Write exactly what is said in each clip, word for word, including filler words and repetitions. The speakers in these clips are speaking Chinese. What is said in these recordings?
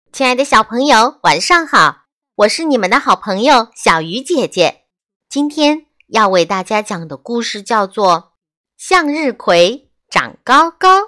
亲爱的小朋友，晚上好，我是你们的好朋友小鱼姐姐。今天要为大家讲的故事叫做《向日葵长高高》。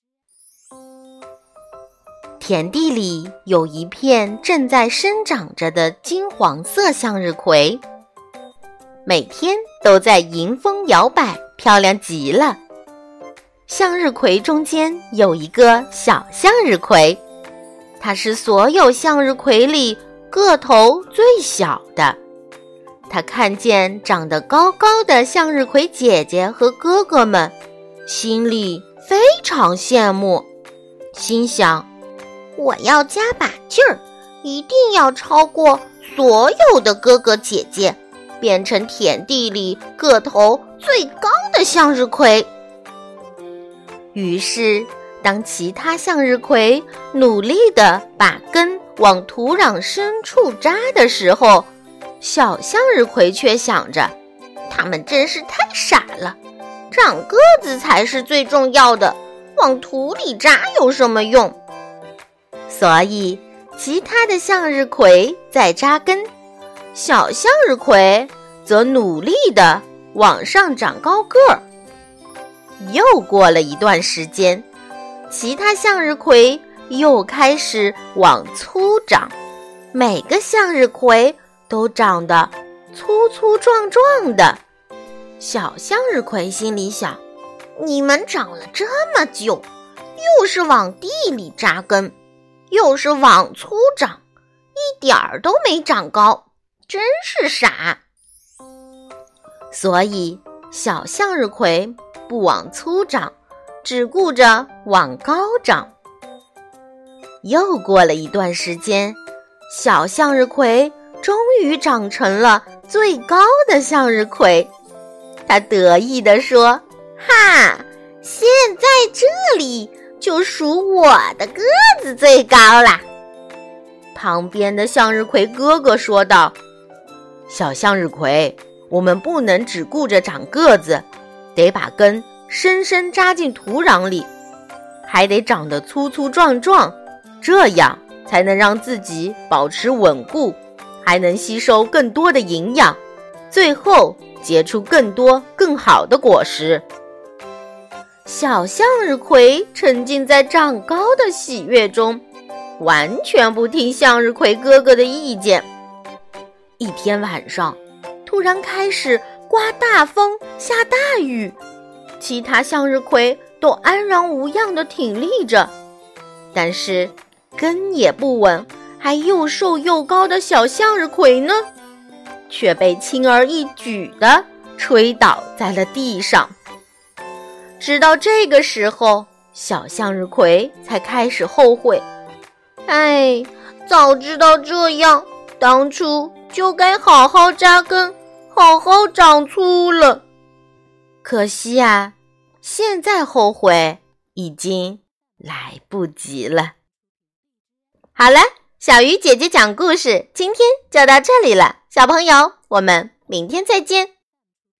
田地里有一片正在生长着的金黄色向日葵，每天都在迎风摇摆，漂亮极了。向日葵中间有一个小向日葵，它是所有向日葵里个头最小的。它看见长得高高的向日葵姐姐和哥哥们，心里非常羡慕，心想，我要加把劲儿，一定要超过所有的哥哥姐姐，变成田地里个头最高的向日葵。于是当其他向日葵努力地把根往土壤深处扎的时候，小向日葵却想着，它们真是太傻了，长个子才是最重要的，往土里扎有什么用？所以其他的向日葵在扎根，小向日葵则努力地往上长高个儿。又过了一段时间，其他向日葵又开始往粗长，每个向日葵都长得粗粗壮壮的。小向日葵心里想，你们长了这么久，又是往地里扎根，又是往粗长，一点儿都没长高，真是傻。所以小向日葵不往粗长，只顾着往高长。又过了一段时间，小向日葵终于长成了最高的向日葵。它得意地说，哈，现在这里就属我的个子最高啦。旁边的向日葵哥哥说道，小向日葵，我们不能只顾着长个子，得把根深深扎进土壤里，还得长得粗粗壮壮，这样才能让自己保持稳固，还能吸收更多的营养，最后结出更多更好的果实。小向日葵沉浸在长高的喜悦中，完全不听向日葵哥哥的意见。一天晚上，突然开始刮大风，下大雨，其他向日葵都安然无恙地挺立着，但是根也不稳，还又瘦又高的小向日葵呢，却被轻而易举地吹倒在了地上。直到这个时候，小向日葵才开始后悔，哎，早知道这样，当初就该好好扎根，好好长粗了。可惜啊，现在后悔已经来不及了。好了，小鱼姐姐讲故事今天就到这里了，小朋友，我们明天再见。